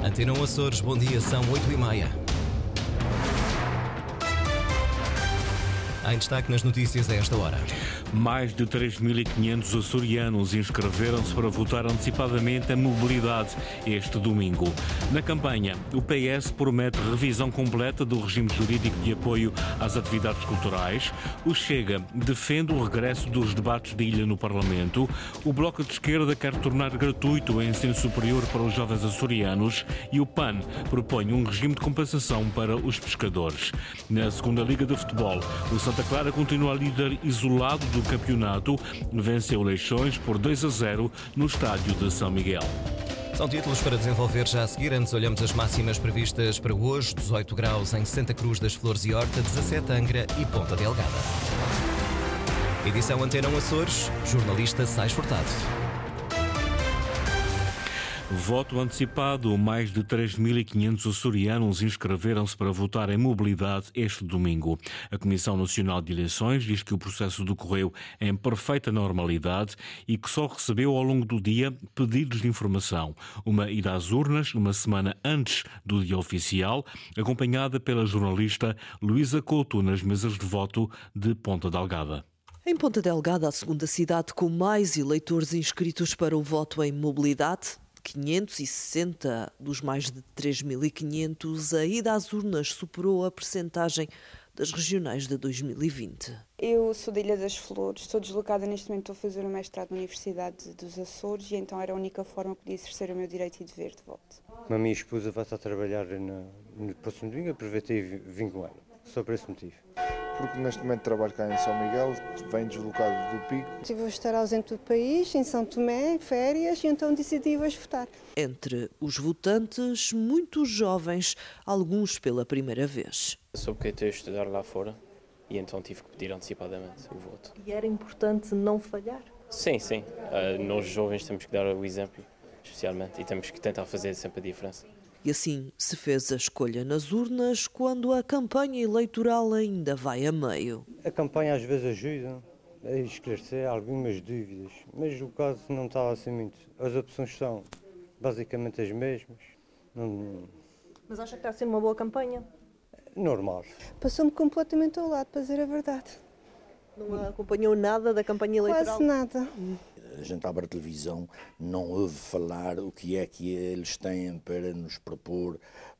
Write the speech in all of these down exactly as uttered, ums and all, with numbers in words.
Antena um Açores, bom dia, são oito e meia. Em destaque nas notícias a esta hora. Mais de três mil e quinhentos açorianos inscreveram-se para votar antecipadamente a mobilidade este domingo. Na campanha, o P S promete revisão completa do regime jurídico de apoio às atividades culturais. O Chega defende o regresso dos debates de ilha no Parlamento. O Bloco de Esquerda quer tornar gratuito o ensino superior para os jovens açorianos. E o P A N propõe um regime de compensação para os pescadores. Na segunda Liga de Futebol, o Santa Clara continua líder isolado do campeonato, venceu Leixões por dois a zero no estádio de São Miguel. São títulos para desenvolver já a seguir. Antes olhamos as máximas previstas para hoje. dezoito graus em Santa Cruz das Flores e Horta, dezassete Angra e Ponta Delgada. Edição Antena um Açores, jornalista Sais Furtado. Voto antecipado. Mais de três mil e quinhentos açorianos inscreveram-se para votar em mobilidade este domingo. A Comissão Nacional de Eleições diz que o processo decorreu em perfeita normalidade e que só recebeu ao longo do dia pedidos de informação. Uma ida às urnas uma semana antes do dia oficial, acompanhada pela jornalista Luísa Couto nas mesas de voto de Ponta Delgada. Em Ponta Delgada, a segunda cidade com mais eleitores inscritos para o voto em mobilidade, quinhentos e sessenta dos mais de três mil e quinhentos, a ida às urnas superou a percentagem das regionais de dois mil e vinte. Eu sou da Ilha das Flores, estou deslocada neste momento, estou a fazer o mestrado na Universidade dos Açores e então era a única forma que podia exercer o meu direito e dever de voto. A minha esposa vai estar a trabalhar na, no próximo domingo, aproveitei e vim com ela, só por esse motivo. Porque neste momento trabalho cá em São Miguel, venho deslocado do Pico. Estive a estar ausente do país, em São Tomé, férias, e então decidi hoje votar. Entre os votantes, muitos jovens, alguns pela primeira vez. Soube que eu estou a estudar lá fora e então tive que pedir antecipadamente o voto. E era importante não falhar? Sim, sim. Uh, nós jovens temos que dar o exemplo, especialmente, e temos que tentar fazer sempre a diferença. E assim se fez a escolha nas urnas quando a campanha eleitoral ainda vai a meio. A campanha às vezes ajuda a esclarecer algumas dúvidas, mas o caso não está assim muito. As opções são basicamente as mesmas. Não... Mas acha que está a ser uma boa campanha? Normal. Passou-me completamente ao lado, para dizer a verdade. Não acompanhou nada da campanha eleitoral? Quase nada. A gente abre a televisão, não ouve falar o que é que eles têm para nos propor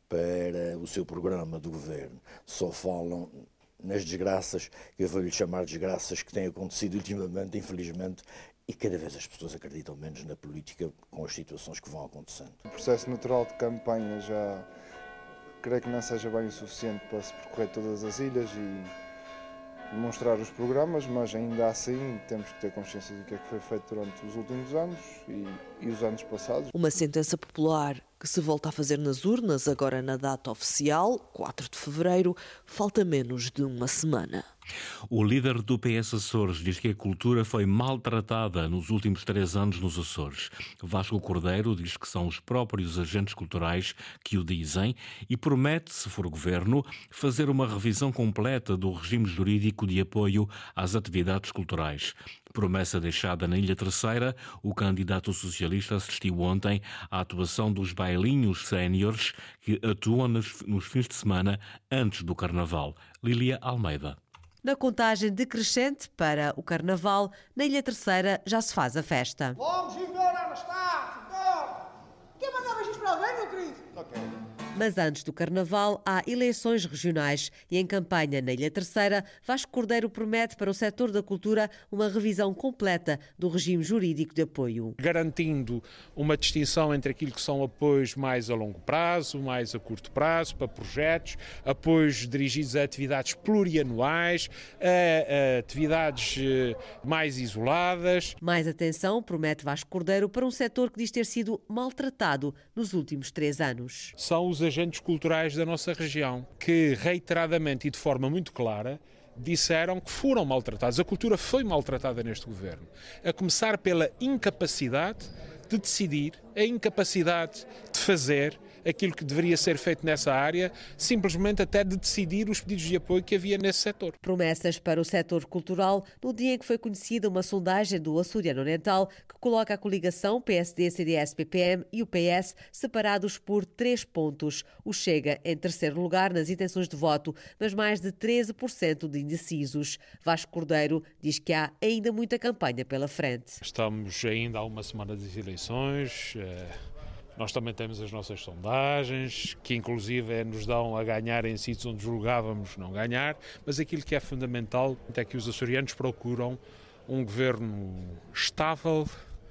para o seu programa do governo. Só falam nas desgraças, que eu vou-lhe chamar desgraças, que têm acontecido ultimamente, infelizmente, e cada vez as pessoas acreditam menos na política com as situações que vão acontecendo. O processo natural de campanha já creio que não seja bem o suficiente para se percorrer todas as ilhas e demonstrar os programas, mas ainda assim temos que ter consciência do que é que foi feito durante os últimos anos e, e os anos passados. Uma sentença popular que se volta a fazer nas urnas, agora na data oficial, quatro de fevereiro, falta menos de uma semana. O líder do P S Açores diz que a cultura foi maltratada nos últimos três anos nos Açores. Vasco Cordeiro diz que são os próprios agentes culturais que o dizem e promete, se for governo, fazer uma revisão completa do regime jurídico de apoio às atividades culturais. Promessa deixada na Ilha Terceira, o candidato socialista assistiu ontem à atuação dos bailinhos séniores que atuam nos, nos fins de semana antes do Carnaval. Lília Almeida. Na contagem decrescente para o Carnaval, na Ilha Terceira já se faz a festa. Vamos embora, Anastácio, embora! Quem mandava isto para alguém, meu querido? Ok. Mas antes do Carnaval há eleições regionais e em campanha na Ilha Terceira, Vasco Cordeiro promete para o setor da cultura uma revisão completa do regime jurídico de apoio. Garantindo uma distinção entre aquilo que são apoios mais a longo prazo, mais a curto prazo, para projetos, apoios dirigidos a atividades plurianuais, a, a atividades mais isoladas. Mais atenção, promete Vasco Cordeiro, para um setor que diz ter sido maltratado nos últimos três anos. São os agentes culturais da nossa região, que reiteradamente e de forma muito clara disseram que foram maltratados. A cultura foi maltratada neste governo, a começar pela incapacidade de decidir, a incapacidade de fazer, aquilo que deveria ser feito nessa área, simplesmente até de decidir os pedidos de apoio que havia nesse setor. Promessas para o setor cultural no dia em que foi conhecida uma sondagem do Açoriano Oriental que coloca a coligação P S D, C D S, P P M e o P S separados por três pontos. O Chega em terceiro lugar nas intenções de voto, mas mais de treze por cento de indecisos. Vasco Cordeiro diz que há ainda muita campanha pela frente. Estamos ainda há uma semana das eleições. Nós também temos as nossas sondagens, que inclusive nos dão a ganhar em sítios onde julgávamos não ganhar, mas aquilo que é fundamental é que os açorianos procuram um governo estável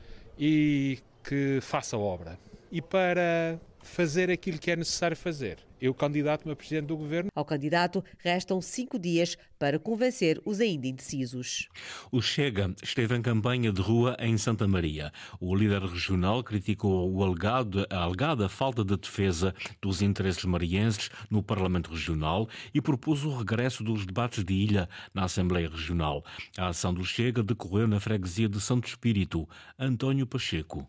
e que faça obra. E para fazer aquilo que é necessário fazer, eu candidato-me a presidente do governo. Ao candidato restam cinco dias para convencer os ainda indecisos. O Chega esteve em campanha de rua em Santa Maria. O líder regional criticou o alegado, a alegada falta de defesa dos interesses marienses no Parlamento Regional e propôs o regresso dos debates de ilha na Assembleia Regional. A ação do Chega decorreu na freguesia de Santo Espírito. António Pacheco.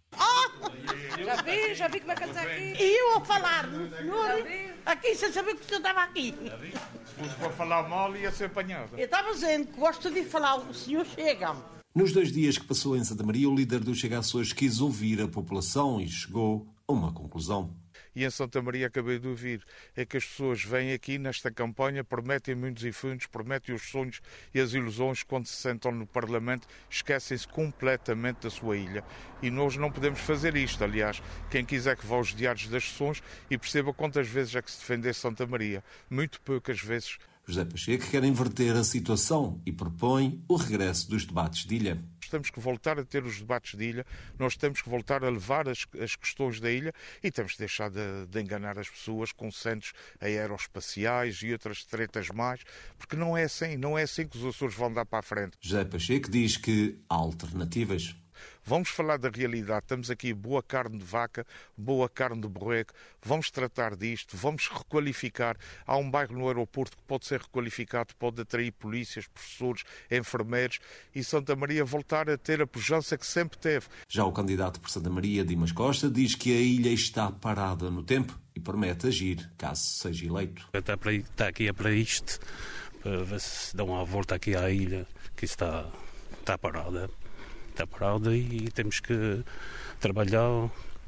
Já vi, já vi como é que está aqui. E eu a falar no senhor aqui sem saber que o senhor estava aqui. Se fosse para falar mal, ia ser apanhado. Eu estava dizendo que gosto de falar, o senhor chega. Nos dois dias que passou em Santa Maria, o líder do Chega Açores quis ouvir a população e chegou a uma conclusão. E em Santa Maria acabei de ouvir, é que as pessoas vêm aqui nesta campanha, prometem muitos e fundos, prometem os sonhos e as ilusões, quando se sentam no Parlamento, esquecem-se completamente da sua ilha. E nós não podemos fazer isto. Aliás, quem quiser que vá aos diários das sessões e perceba quantas vezes é que se defende Santa Maria. Muito poucas vezes. José Pacheco quer inverter a situação e propõe o regresso dos debates de ilha. Temos que voltar a ter os debates de ilha, nós temos que voltar a levar as, as questões da ilha e temos que deixar de, de enganar as pessoas com centros aeroespaciais e outras tretas mais, porque não é assim, não é assim que os Açores vão dar para a frente. José Pacheco diz que há alternativas. Vamos falar da realidade. Temos aqui boa carne de vaca, boa carne de borrego. Vamos tratar disto, vamos requalificar. Há um bairro no aeroporto que pode ser requalificado, pode atrair polícias, professores, enfermeiros e Santa Maria voltar a ter a pujança que sempre teve. Já o candidato por Santa Maria, Dimas Costa, diz que a ilha está parada no tempo e promete agir caso seja eleito. Está, para, está aqui para isto, para ver se dão uma volta aqui à ilha, que está, está parada. Está parada e temos que trabalhar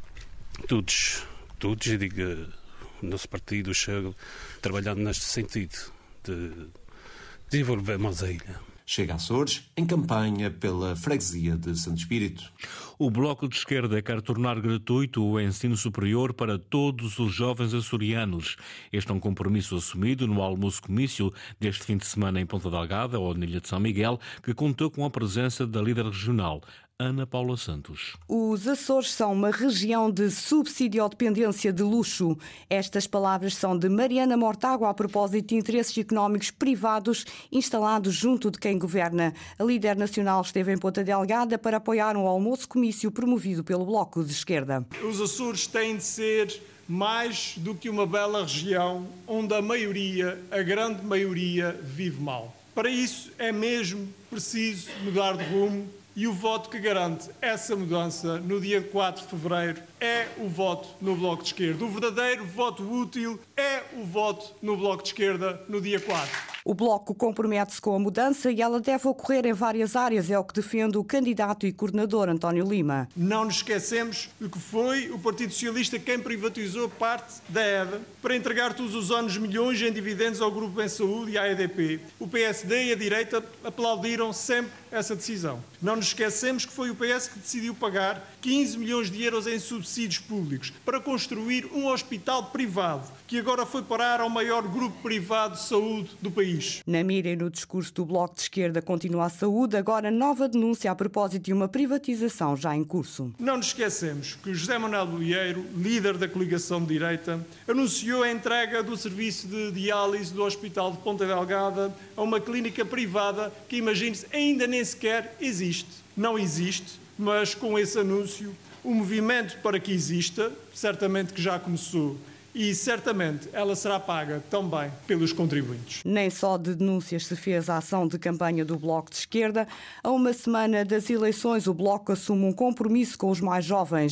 todos, todos, e digo, o nosso partido chega trabalhando neste sentido de desenvolver mais a ilha. Chega Açores em campanha pela freguesia de Santo Espírito. O Bloco de Esquerda quer tornar gratuito o ensino superior para todos os jovens açorianos. Este é um compromisso assumido no almoço-comício deste fim de semana em Ponta Delgada, ou na Ilha de São Miguel, que contou com a presença da líder regional, Ana Paula Santos. Os Açores são uma região de subsidiodependência de luxo. Estas palavras são de Mariana Mortágua a propósito de interesses económicos privados instalados junto de quem governa. A líder nacional esteve em Ponta Delgada para apoiar um almoço-comício promovido pelo Bloco de Esquerda. Os Açores têm de ser mais do que uma bela região onde a maioria, a grande maioria, vive mal. Para isso é mesmo preciso mudar de rumo. E o voto que garante essa mudança no dia quatro de fevereiro é o voto no Bloco de Esquerda. O verdadeiro voto útil é o voto no Bloco de Esquerda no dia quatro. O Bloco compromete-se com a mudança e ela deve ocorrer em várias áreas, é o que defende o candidato e coordenador António Lima. Não nos esquecemos de que foi o Partido Socialista quem privatizou parte da E D A para entregar todos os anos milhões em dividendos ao Grupo Bem Saúde e à E D P. O P S D e a direita aplaudiram sempre essa decisão. Não nos esquecemos que foi o P S que decidiu pagar quinze milhões de euros em subsídios públicos para construir um hospital privado, que agora foi parar ao maior grupo privado de saúde do país. Na mira e no discurso do Bloco de Esquerda continua a saúde, agora nova denúncia a propósito de uma privatização já em curso. Não nos esquecemos que o José Manuel Bolieiro, líder da coligação de direita, anunciou a entrega do serviço de diálise do Hospital de Ponta Delgada a uma clínica privada que, imagine-se, ainda nem sequer existe. Não existe, mas com esse anúncio, o movimento para que exista, certamente que já começou. E, certamente, ela será paga também pelos contribuintes. Nem só de denúncias se fez a ação de campanha do Bloco de Esquerda. A uma semana das eleições, o Bloco assume um compromisso com os mais jovens.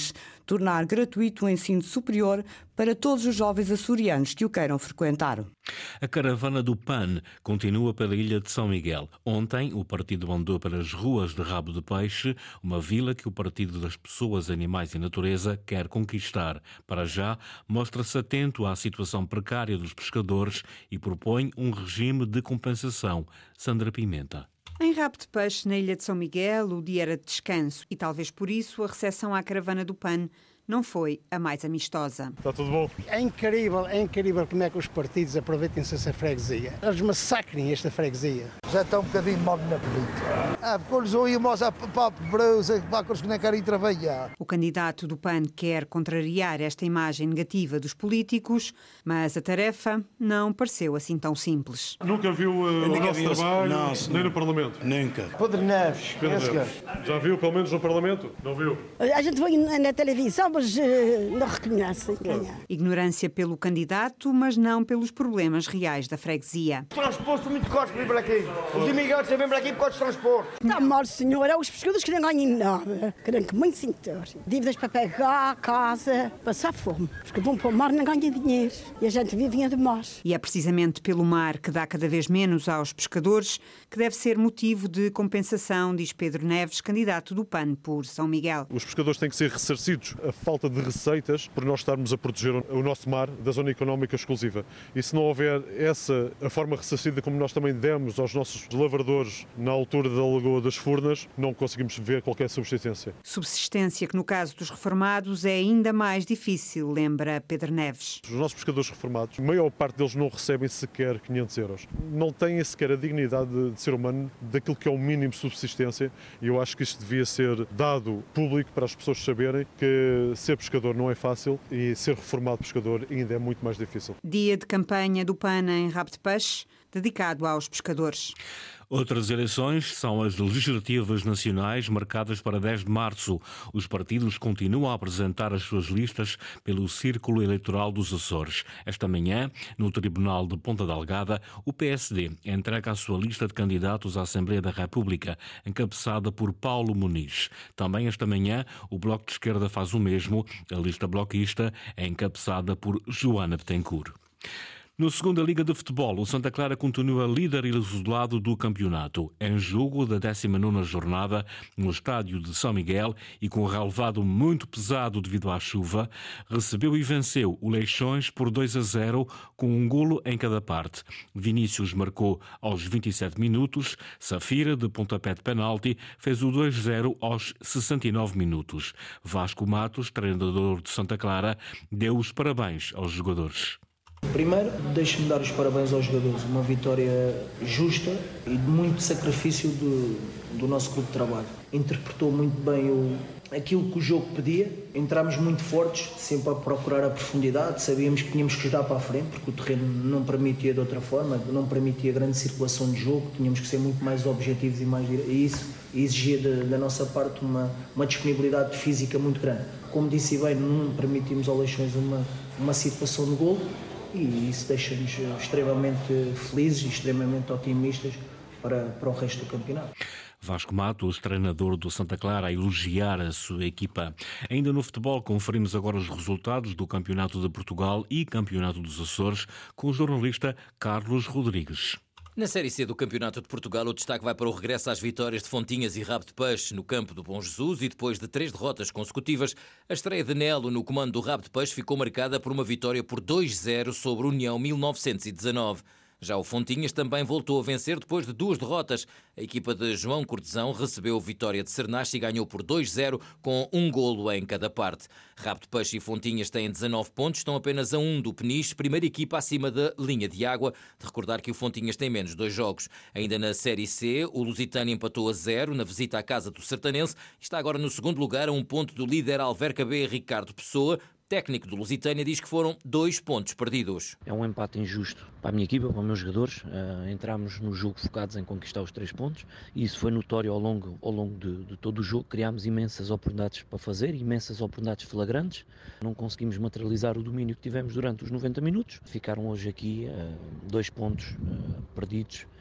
tornar gratuito o ensino superior para todos os jovens açorianos que o queiram frequentar. A caravana do P A N continua pela ilha de São Miguel. Ontem, o partido andou pelas ruas de Rabo de Peixe, uma vila que o Partido das Pessoas, Animais e Natureza quer conquistar. Para já, mostra-se atento à situação precária dos pescadores e propõe um regime de compensação. Sandra Pimenta. Em Rabo de Peixe, na ilha de São Miguel, o dia era de descanso e talvez por isso a recepção à caravana do P A N não foi a mais amistosa. Está tudo bom? É incrível, é incrível como é que os partidos aproveitem-se dessa freguesia. Eles massacrem esta freguesia. Já está um bocadinho mal na política. Ah, porque eles ouvimos a papo breusa, que não querem trabalhar. O candidato do P A N quer contrariar esta imagem negativa dos políticos, mas a tarefa não pareceu assim tão simples. Nunca viu uh, o nosso trabalho, não, nem no Parlamento? Nunca. Pedro Neves. Pedro Neves. Já viu, pelo menos no Parlamento? Não viu? A gente vê na televisão, mas uh, não reconhece. Claro. Ignorância pelo candidato, mas não pelos problemas reais da freguesia. Transporte muito caro para vir para aqui. Os imigrantes vêm para aqui por causa de transporte. Está mal, senhor. É os pescadores que não ganham nada. Querem que muito sentar. Dívidas para pegar, casa, passar fome. Porque vão para o mar e não ganham dinheiro. E a gente vive de mar. E é precisamente pelo mar, que dá cada vez menos aos pescadores, que deve ser motivo de compensação, diz Pedro Neves, candidato do P A N por São Miguel. Os pescadores têm que ser ressarcidos a falta de receitas por nós estarmos a proteger o nosso mar da zona económica exclusiva. E se não houver essa a forma ressarcida como nós também demos aos nossos lavradores na altura da Lagoa das Furnas, não conseguimos ver qualquer subsistência. Subsistência que no caso dos reformados é ainda mais difícil, lembra Pedro Neves. Os nossos pescadores reformados, a maior parte deles não recebem sequer quinhentos euros. Não têm sequer a dignidade de, de ser humano daquilo que é o mínimo de subsistência, e eu acho que isto devia ser dado público para as pessoas saberem que ser pescador não é fácil e ser reformado pescador ainda é muito mais difícil. Dia de campanha do P A N em Rabo de Peixe, dedicado aos pescadores. Outras eleições são as legislativas nacionais, marcadas para dez de março. Os partidos continuam a apresentar as suas listas pelo Círculo Eleitoral dos Açores. Esta manhã, no Tribunal de Ponta Delgada, o P S D entrega a sua lista de candidatos à Assembleia da República, encabeçada por Paulo Muniz. Também esta manhã, o Bloco de Esquerda faz o mesmo. A lista bloquista é encabeçada por Joana Betancourt. No segunda Liga de Futebol, o Santa Clara continua líder isolado do campeonato. Em jogo da décima nona jornada, no estádio de São Miguel e com o relevado muito pesado devido à chuva, recebeu e venceu o Leixões por dois a zero, com um golo em cada parte. Vinícius marcou aos vinte e sete minutos, Safira, de pontapé de penalti, fez o dois a zero aos sessenta e nove minutos. Vasco Matos, treinador de Santa Clara, deu os parabéns aos jogadores. Primeiro, deixe-me dar os parabéns aos jogadores. Uma vitória justa e de muito sacrifício do, do nosso clube de trabalho. Interpretou muito bem o, aquilo que o jogo pedia. Entramos muito fortes, sempre a procurar a profundidade. Sabíamos que tínhamos que jogar para a frente, porque o terreno não permitia de outra forma, não permitia grande circulação de jogo. Tínhamos que ser muito mais objetivos e mais diretos. E isso exigia de, da nossa parte uma, uma disponibilidade física muito grande. Como disse bem, não permitimos ao Leixões uma, uma situação de golo. E isso deixa-nos extremamente felizes e extremamente otimistas para, para o resto do campeonato. Vasco Matos, treinador do Santa Clara, a elogiar a sua equipa. Ainda no futebol, conferimos agora os resultados do Campeonato de Portugal e Campeonato dos Açores com o jornalista Carlos Rodrigues. Na Série C do Campeonato de Portugal, o destaque vai para o regresso às vitórias de Fontinhas e Rabo de Peixe no campo do Bom Jesus, e depois de três derrotas consecutivas, a estreia de Nelo no comando do Rabo de Peixe ficou marcada por uma vitória por dois a zero sobre o União mil novecentos e dezanove. Já o Fontinhas também voltou a vencer depois de duas derrotas. A equipa de João Cortesão recebeu vitória de Cernache e ganhou por dois a zero, com um golo em cada parte. Rabo de Peixe e Fontinhas têm dezanove pontos, estão apenas a um do Peniche, primeira equipa acima da linha de água. De recordar que o Fontinhas tem menos dois jogos. Ainda na Série C, o Lusitânia empatou a zero na visita à casa do Sertanense e está agora no segundo lugar, a um ponto do líder Alverca B, Ricardo Pessoa. Técnico do Lusitânia diz que foram dois pontos perdidos. É um empate injusto para a minha equipa, para os meus jogadores. Uh, entramos no jogo focados em conquistar os três pontos e isso foi notório ao longo, ao longo de, de todo o jogo. Criámos imensas oportunidades para fazer, imensas oportunidades flagrantes. Não conseguimos materializar o domínio que tivemos durante os noventa minutos. Ficaram hoje aqui uh, dois pontos uh, perdidos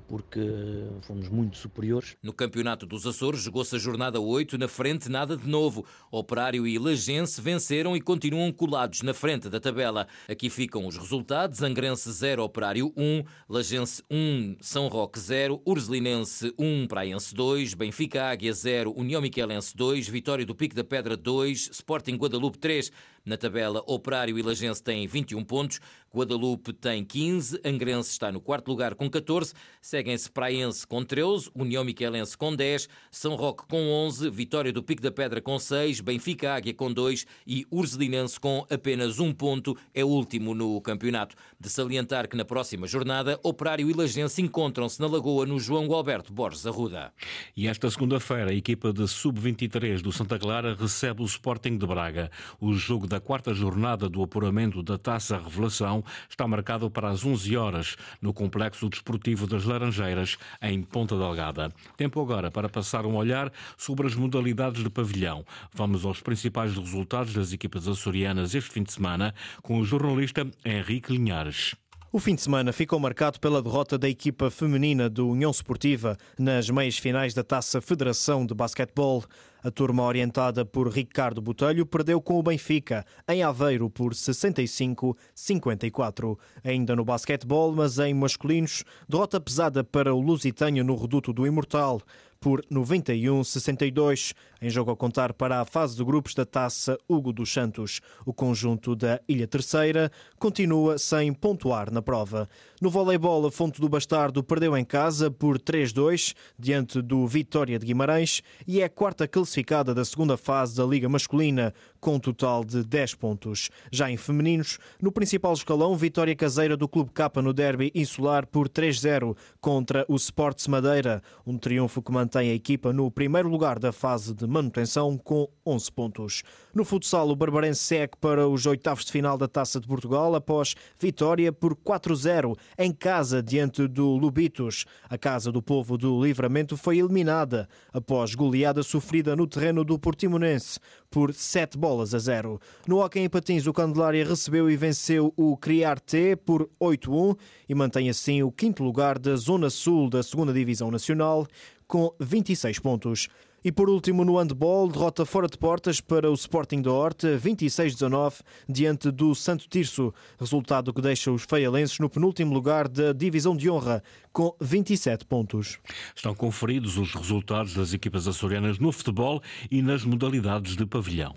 porque fomos muito superiores. No Campeonato dos Açores jogou-se a jornada oito, na frente nada de novo. Operário e Lagense venceram e continuam colados na frente da tabela. Aqui ficam os resultados: Angrense zero, Operário um, Lagense um, São Roque zero, Urselinense um, Praiense dois, Benfica Águia zero, União Miquelense dois, Vitória do Pico da Pedra dois, Sporting Guadalupe três. Na tabela, Operário e Lagense têm vinte e um pontos, Guadalupe tem quinze, Angrense está no quarto lugar com catorze, seguem-se Praiense com treze, União Miquelense com dez, São Roque com onze, Vitória do Pico da Pedra com seis, Benfica Águia com dois e Urselinense com apenas um ponto, é o último no campeonato. De salientar que na próxima jornada, Operário e Lagense encontram-se na Lagoa no João Alberto Borges Arruda. E esta segunda-feira, a equipa de sub vinte e três do Santa Clara recebe o Sporting de Braga. O jogo da quarta jornada do apuramento da Taça Revelação está marcado para as onze horas no Complexo Desportivo das Laranjeiras, em Ponta Delgada. Tempo agora para passar um olhar sobre as modalidades de pavilhão. Vamos aos principais resultados das equipas açorianas este fim de semana com o jornalista Henrique Linhares. O fim de semana ficou marcado pela derrota da equipa feminina do União Esportiva nas meias finais da Taça Federação de Basquetebol. A turma orientada por Ricardo Botelho perdeu com o Benfica, em Aveiro, por sessenta e cinco a cinquenta e quatro. Ainda no basquetebol, mas em masculinos, derrota pesada para o Lusitânia no Reduto do Imortal, por noventa e um a sessenta e dois, em jogo a contar para a fase de grupos da Taça Hugo dos Santos. O conjunto da Ilha Terceira continua sem pontuar na prova. No voleibol, a Fonte do Bastardo perdeu em casa por três a dois, diante do Vitória de Guimarães, e é a quarta classificada da segunda fase da Liga Masculina, com um total de dez pontos. Já em femininos, no principal escalão, vitória caseira do Clube K no derby insular por três a zero contra o Sports Madeira, um triunfo que mantém a equipa no primeiro lugar da fase de manutenção com onze pontos. No futsal, o Barbarense segue para os oitavos de final da Taça de Portugal após vitória por quatro a zero em casa diante do Lubitos. A Casa do Povo do Livramento foi eliminada após goleada sofrida no terreno do Portimonense por sete bolas a zero. No hóquei em patins, o Candelária recebeu e venceu o Criarte por oito a um e mantém assim o quinto lugar da Zona Sul da segunda Divisão Nacional com vinte e seis pontos. E por último, no handball, derrota fora de portas para o Sporting da Horta, vinte e seis a dezanove, diante do Santo Tirso, resultado que deixa os feialenses no penúltimo lugar da Divisão de Honra, com vinte e sete pontos. Estão conferidos os resultados das equipas açorianas no futebol e nas modalidades de pavilhão.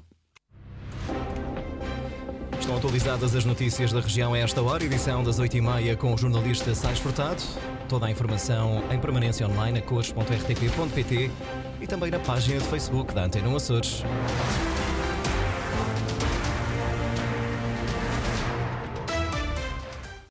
Estão atualizadas as notícias da região a esta hora, edição das oito e meia com o jornalista Sais Furtado. Toda a informação em permanência online a cores ponto r t p ponto p t e também na página de Facebook da Antena um Açores.